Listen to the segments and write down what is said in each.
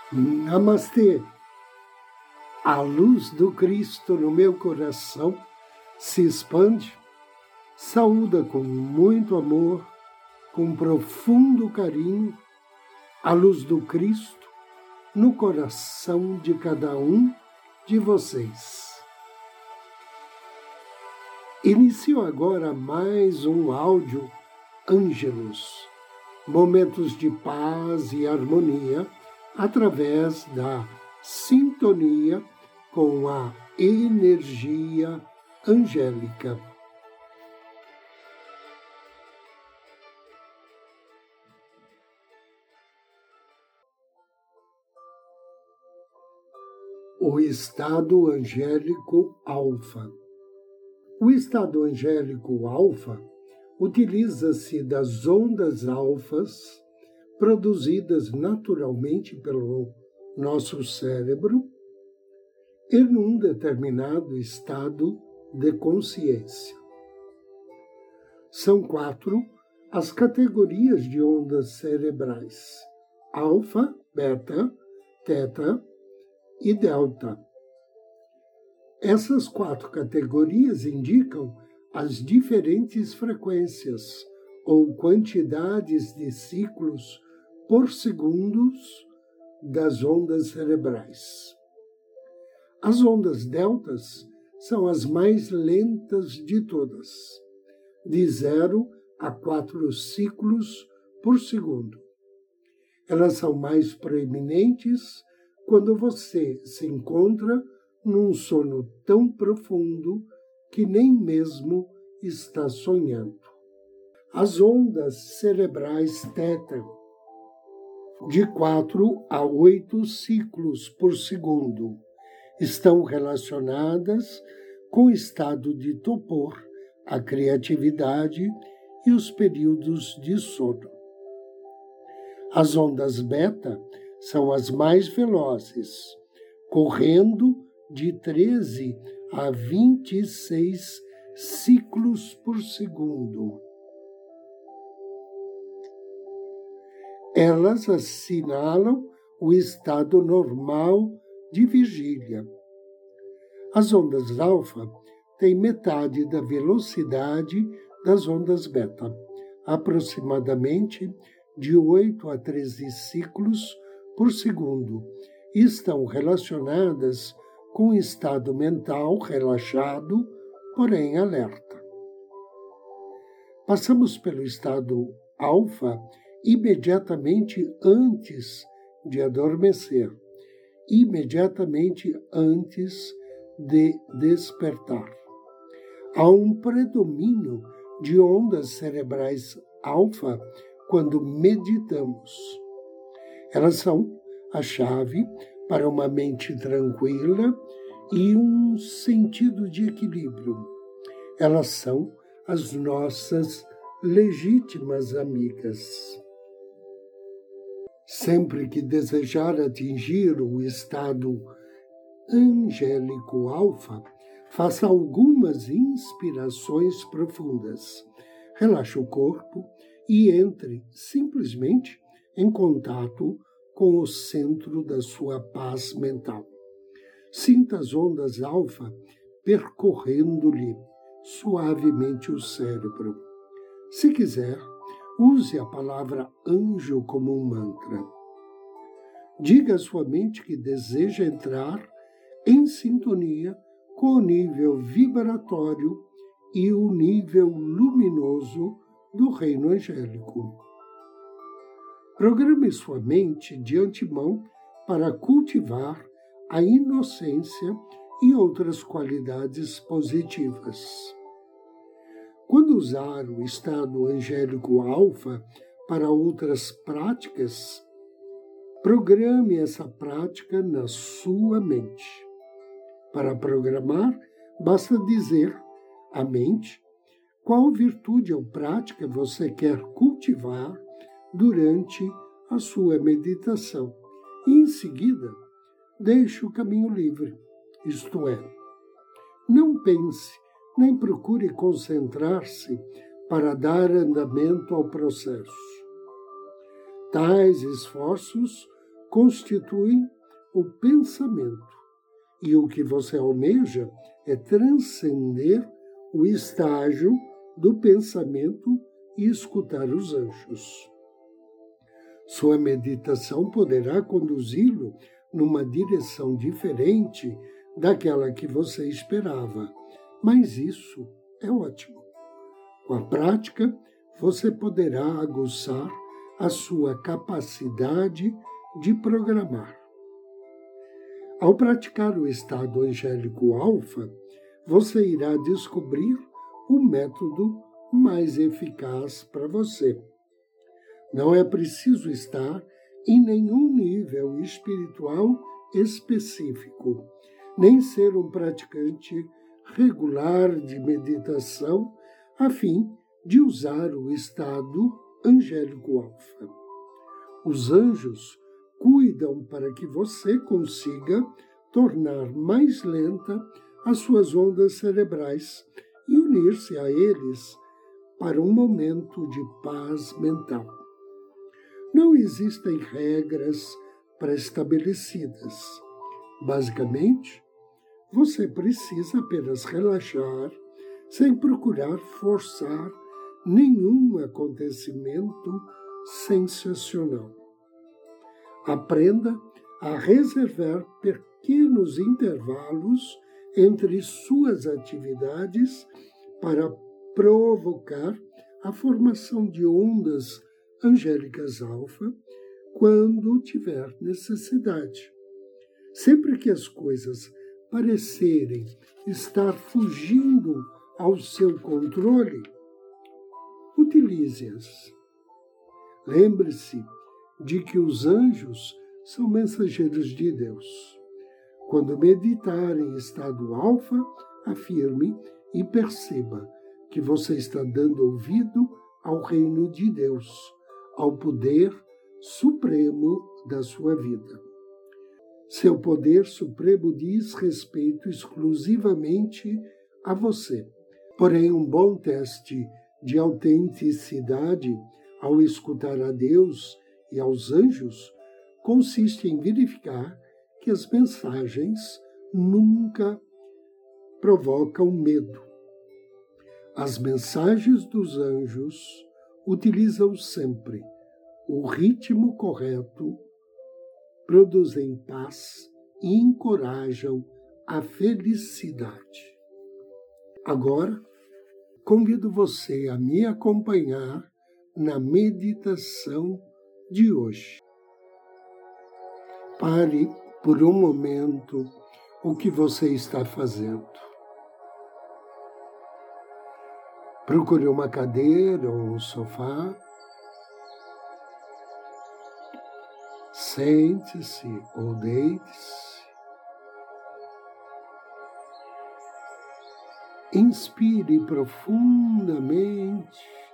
Namastê! A luz do Cristo no meu coração se expande, saúda com muito amor, com profundo carinho, a luz do Cristo no coração de cada um de vocês. Inicio agora mais um áudio Ângelos, momentos de paz e harmonia através da sintonia com a energia angélica. O estado angélico alfa. O estado angélico alfa utiliza-se das ondas alfas produzidas naturalmente pelo nosso cérebro em um determinado estado de consciência. São 4 as categorias de ondas cerebrais: alfa, beta, teta e delta. Essas 4 categorias indicam as diferentes frequências ou quantidades de ciclos por segundos das ondas cerebrais. As ondas deltas são as mais lentas de todas, de 0 a 4 ciclos por segundo. Elas são mais proeminentes quando você se encontra num sono tão profundo que nem mesmo está sonhando. As ondas cerebrais teta, de 4 a 8 ciclos por segundo, estão relacionadas com o estado de torpor, a criatividade e os períodos de sono. As ondas beta são as mais velozes, correndo de 13 a 26 ciclos por segundo. Elas assinalam o estado normal de vigília. As ondas alfa têm metade da velocidade das ondas beta, aproximadamente de 8 a 13 ciclos por segundo, e estão relacionadas com um estado mental relaxado, porém alerta. Passamos pelo estado alfa imediatamente antes de adormecer, imediatamente antes de despertar. Há um predomínio de ondas cerebrais alfa quando meditamos. Elas são a chave para uma mente tranquila e um sentido de equilíbrio. Elas são as nossas legítimas amigas. Sempre que desejar atingir o estado angélico alfa, faça algumas inspirações profundas. Relaxe o corpo e entre simplesmente em contato com o centro da sua paz mental. Sinta as ondas alfa percorrendo-lhe suavemente o cérebro. Se quiser, use a palavra anjo como um mantra. Diga à sua mente que deseja entrar em sintonia com o nível vibratório e o nível luminoso do reino angélico. Programe sua mente de antemão para cultivar a inocência e outras qualidades positivas. Quando usar o estado angélico alfa para outras práticas, programe essa prática na sua mente. Para programar, basta dizer à mente qual virtude ou prática você quer cultivar durante a sua meditação. E, em seguida, deixe o caminho livre, isto é, não pense nem procure concentrar-se para dar andamento ao processo. Tais esforços constituem o pensamento. E o que você almeja é transcender o estágio do pensamento e escutar os anjos. Sua meditação poderá conduzi-lo numa direção diferente daquela que você esperava, mas isso é ótimo. Com a prática, você poderá aguçar a sua capacidade de programar. Ao praticar o estado angélico alfa, você irá descobrir o método mais eficaz para você. Não é preciso estar em nenhum nível espiritual específico, nem ser um praticante regular de meditação a fim de usar o estado angélico alfa. Os anjos cuidam para que você consiga tornar mais lenta as suas ondas cerebrais e unir-se a eles para um momento de paz mental. Não existem regras pré-estabelecidas. Basicamente, você precisa apenas relaxar sem procurar forçar nenhum acontecimento sensacional. Aprenda a reservar pequenos intervalos entre suas atividades para provocar a formação de ondas angélicas alfa quando tiver necessidade. Sempre que as coisas parecerem estar fugindo ao seu controle, utilize-as. Lembre-se de que os anjos são mensageiros de Deus. Quando meditar em estado alfa, afirme e perceba que você está dando ouvido ao reino de Deus, ao poder supremo da sua vida. Seu poder supremo diz respeito exclusivamente a você. Porém, um bom teste de autenticidade ao escutar a Deus e aos anjos consiste em verificar que as mensagens nunca provocam medo. As mensagens dos anjos utilizam sempre o ritmo correto, produzem paz e encorajam a felicidade. Agora, convido você a me acompanhar na meditação de hoje. Pare por um momento o que você está fazendo. Procure uma cadeira ou um sofá. Sente-se ou deite-se. Inspire profundamente,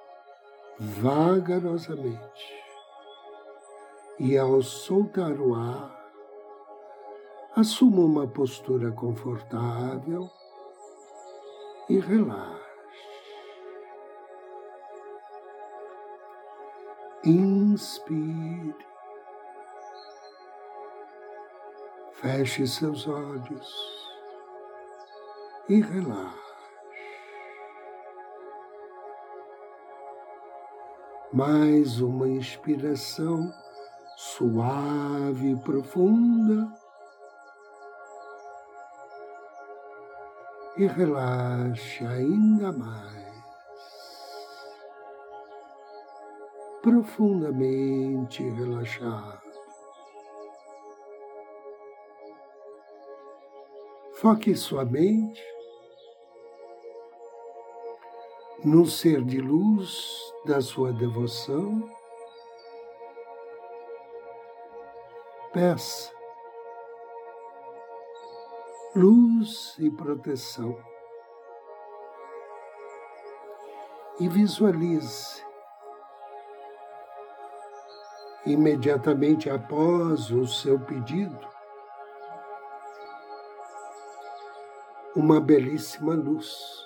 vagarosamente. E ao soltar o ar, assuma uma postura confortável e relaxe. Inspire. Feche seus olhos e relaxe. Mais uma inspiração suave e profunda. E relaxe ainda mais. Profundamente relaxado. Foque sua mente no ser de luz da sua devoção. Peça luz e proteção. E visualize, imediatamente após o seu pedido, uma belíssima luz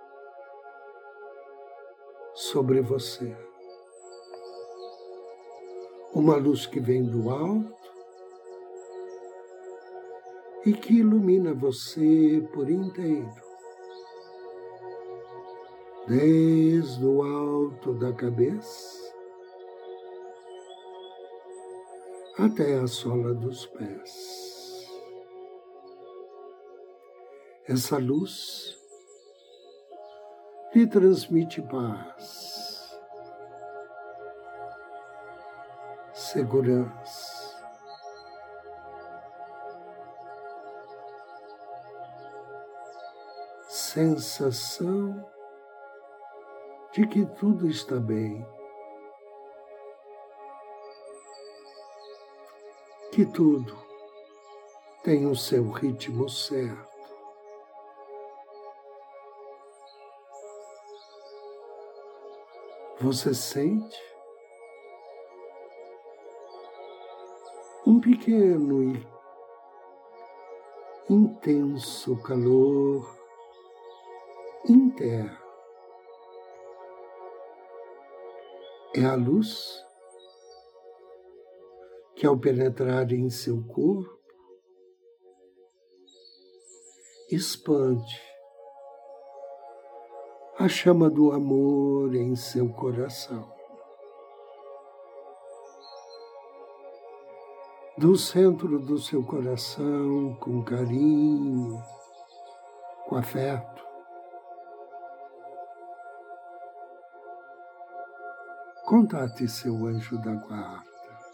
sobre você. Uma luz que vem do alto e que ilumina você por inteiro, desde o alto da cabeça até a sola dos pés. Essa luz lhe transmite paz, segurança, sensação de que tudo está bem, que tudo tem o seu ritmo certo. Você sente um pequeno e intenso calor interno. É a luz que, ao penetrar em seu corpo, expande a chama do amor em seu coração. Do centro do seu coração, com carinho, com afeto, contate seu anjo da guarda.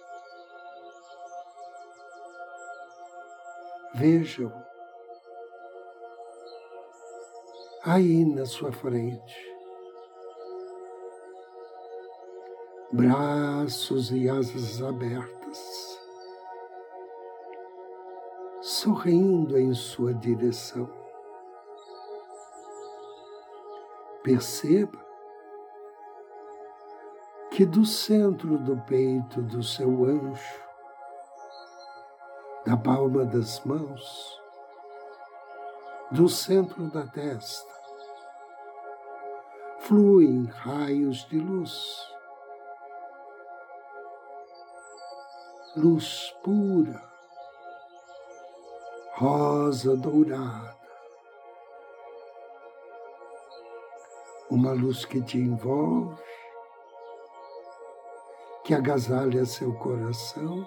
Veja-o aí na sua frente, braços e asas abertas, sorrindo em sua direção. Perceba que do centro do peito do seu anjo, da palma das mãos, do centro da testa, fluem raios de luz, luz pura, rosa dourada, uma luz que te envolve, que agasalha seu coração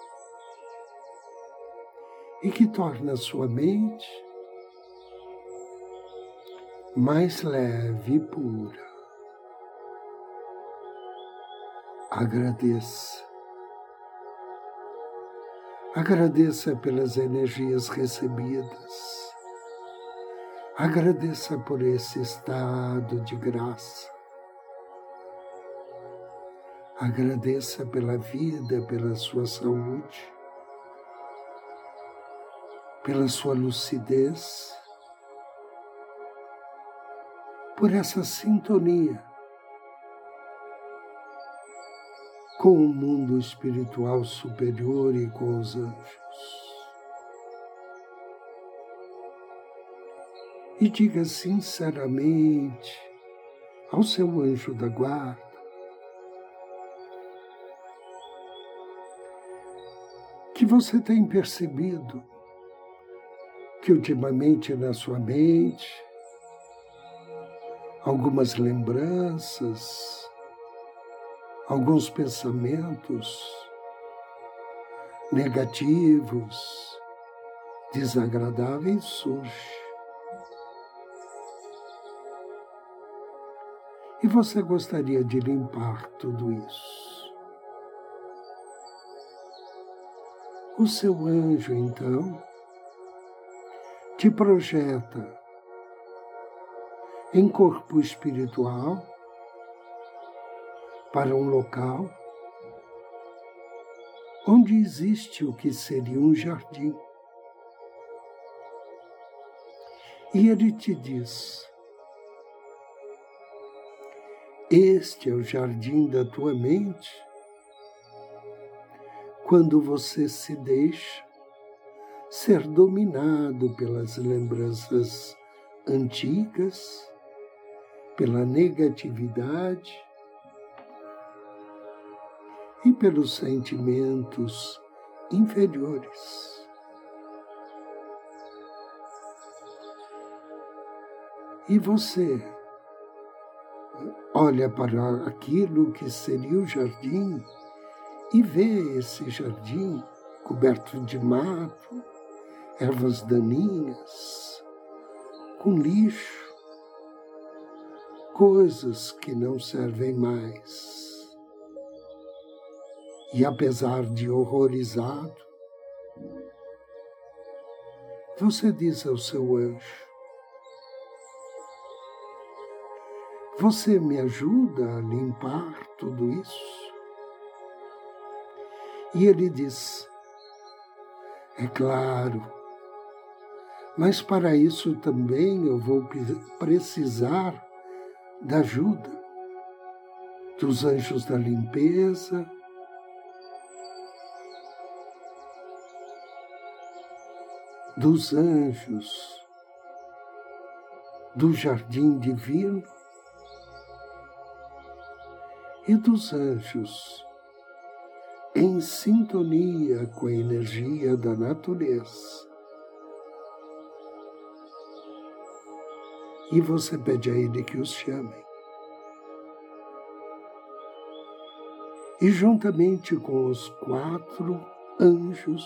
e que torna sua mente mais leve e pura. Agradeça. Agradeça pelas energias recebidas. Agradeça por esse estado de graça. Agradeça pela vida, pela sua saúde, pela sua lucidez, por essa sintonia com o mundo espiritual superior e com os anjos. E diga sinceramente ao seu anjo da guarda que você tem percebido que ultimamente na sua mente algumas lembranças, alguns pensamentos negativos, desagradáveis surgem. E você gostaria de limpar tudo isso. O seu anjo, então, te projeta em corpo espiritual para um local onde existe o que seria um jardim. E ele te diz: este é o jardim da tua mente, quando você se deixa ser dominado pelas lembranças antigas, pela negatividade e pelos sentimentos inferiores. E você olha para aquilo que seria o jardim e vê esse jardim coberto de mato, ervas daninhas, com lixo, coisas que não servem mais. E apesar de horrorizado, você diz ao seu anjo: você me ajuda a limpar tudo isso? E ele diz: é claro, mas para isso também eu vou precisar da ajuda dos anjos da limpeza, dos anjos do jardim divino e dos anjos em sintonia com a energia da natureza. E você pede a ele que os chame. E juntamente com os 4 anjos,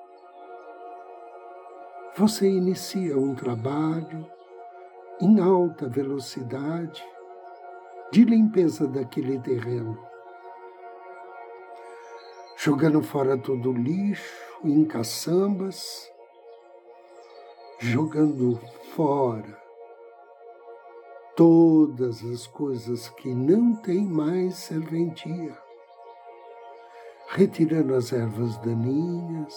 você inicia um trabalho em alta velocidade de limpeza daquele terreno, jogando fora todo o lixo em caçambas, jogando fora todas as coisas que não têm mais serventia, retirando as ervas daninhas,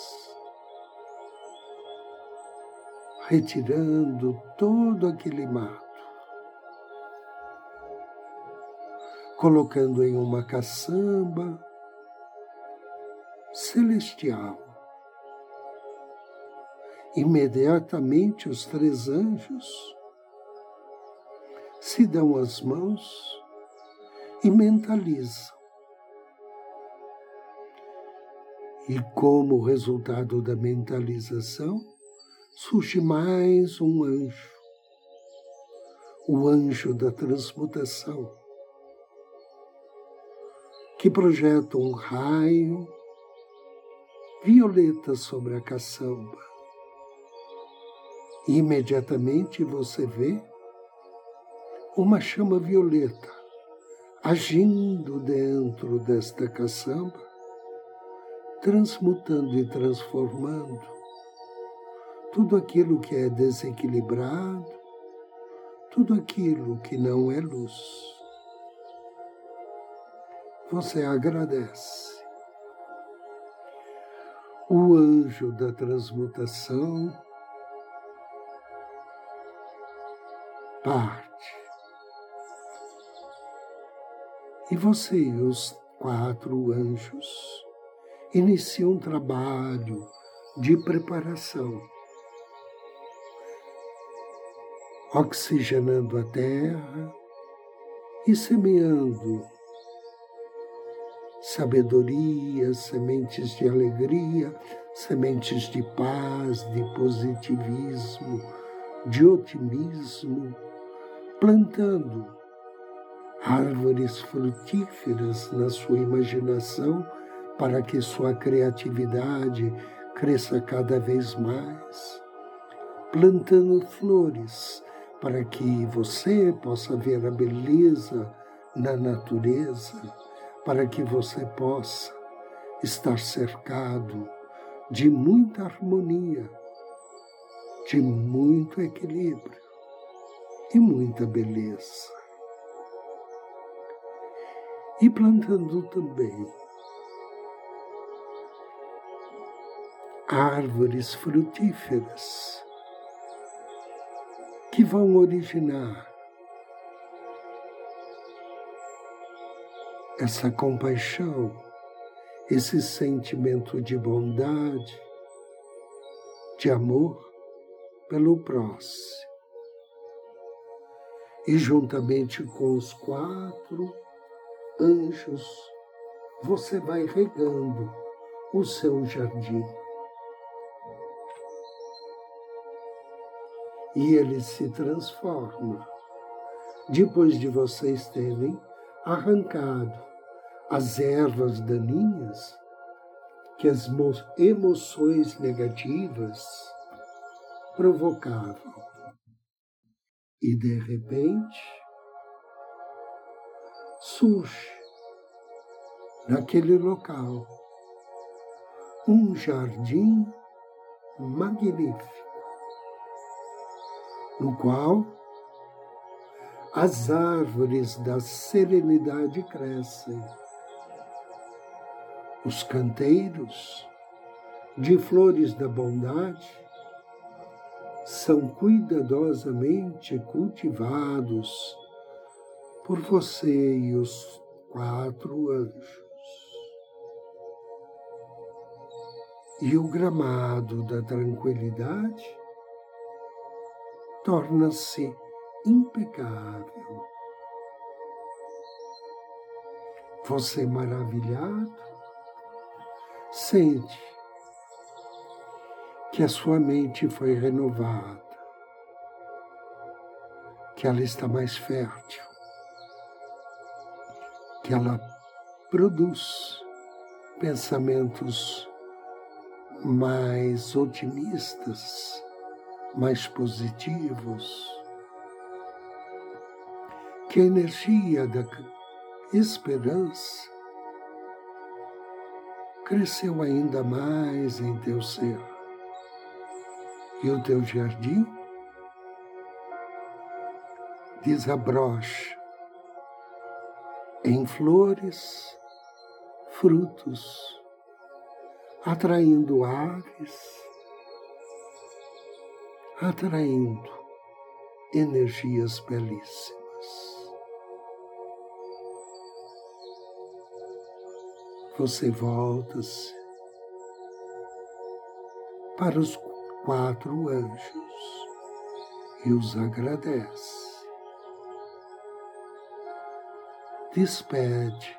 retirando todo aquele mato, colocando em uma caçamba celestial. Imediatamente os 3 anjos se dão as mãos e mentalizam. E como resultado da mentalização, surge mais um anjo, o anjo da transmutação, que projeta um raio violeta sobre a caçamba. E imediatamente você vê uma chama violeta agindo dentro desta caçamba, transmutando e transformando tudo aquilo que é desequilibrado, tudo aquilo que não é luz. Você agradece. O anjo da transmutação parte. E você e os 4 anjos iniciam um trabalho de preparação, oxigenando a terra e semeando sabedoria, sementes de alegria, sementes de paz, de positivismo, de otimismo, plantando árvores frutíferas na sua imaginação para que sua criatividade cresça cada vez mais, plantando flores para que você possa ver a beleza na natureza, para que você possa estar cercado de muita harmonia, de muito equilíbrio e muita beleza. E plantando também árvores frutíferas que vão originar essa compaixão, esse sentimento de bondade, de amor pelo próximo. E juntamente com os 4 anjos, você vai regando o seu jardim. e ele se transforma. Depois de vocês terem arrancado as ervas daninhas que as emoções negativas provocavam. E, de repente, surge naquele local um jardim magnífico, no qual as árvores da serenidade crescem. Os canteiros de flores da bondade são cuidadosamente cultivados por você e os 4 anjos. E o gramado da tranquilidade torna-se impecável. Você, maravilhado, sente que a sua mente foi renovada, que ela está mais fértil, que ela produz pensamentos mais otimistas, mais positivos, que a energia da esperança cresceu ainda mais em teu ser. E o teu jardim desabrocha em flores, frutos, atraindo aves, atraindo energias belíssimas. Você volta-se para os 4 anjos e os agradece. Despede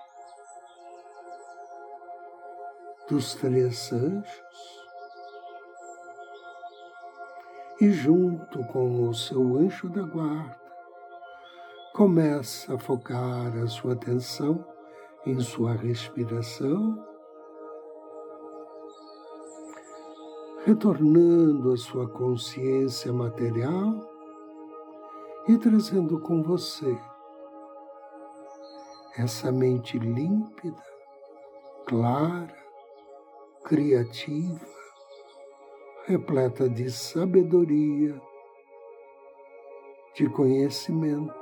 dos 3 anjos e, junto com o seu anjo da guarda, começa a focar a sua atenção em sua respiração, retornando a sua consciência material e trazendo com você essa mente límpida, clara, criativa, repleta de sabedoria, de conhecimento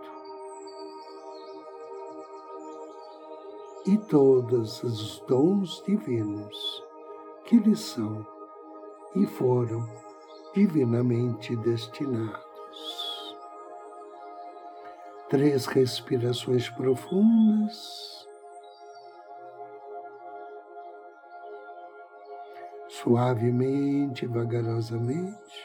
e todos os dons divinos que lhe são e foram divinamente destinados. 3 respirações profundas, suavemente, vagarosamente,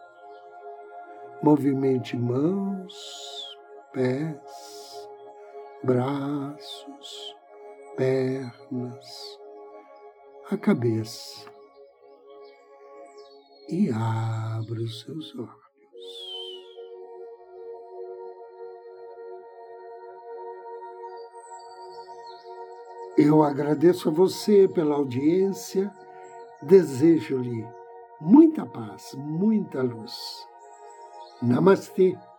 movimente mãos, pés, braços, pernas, a cabeça, e abra os seus olhos. Eu agradeço a você pela audiência, desejo-lhe muita paz, muita luz. Namastê.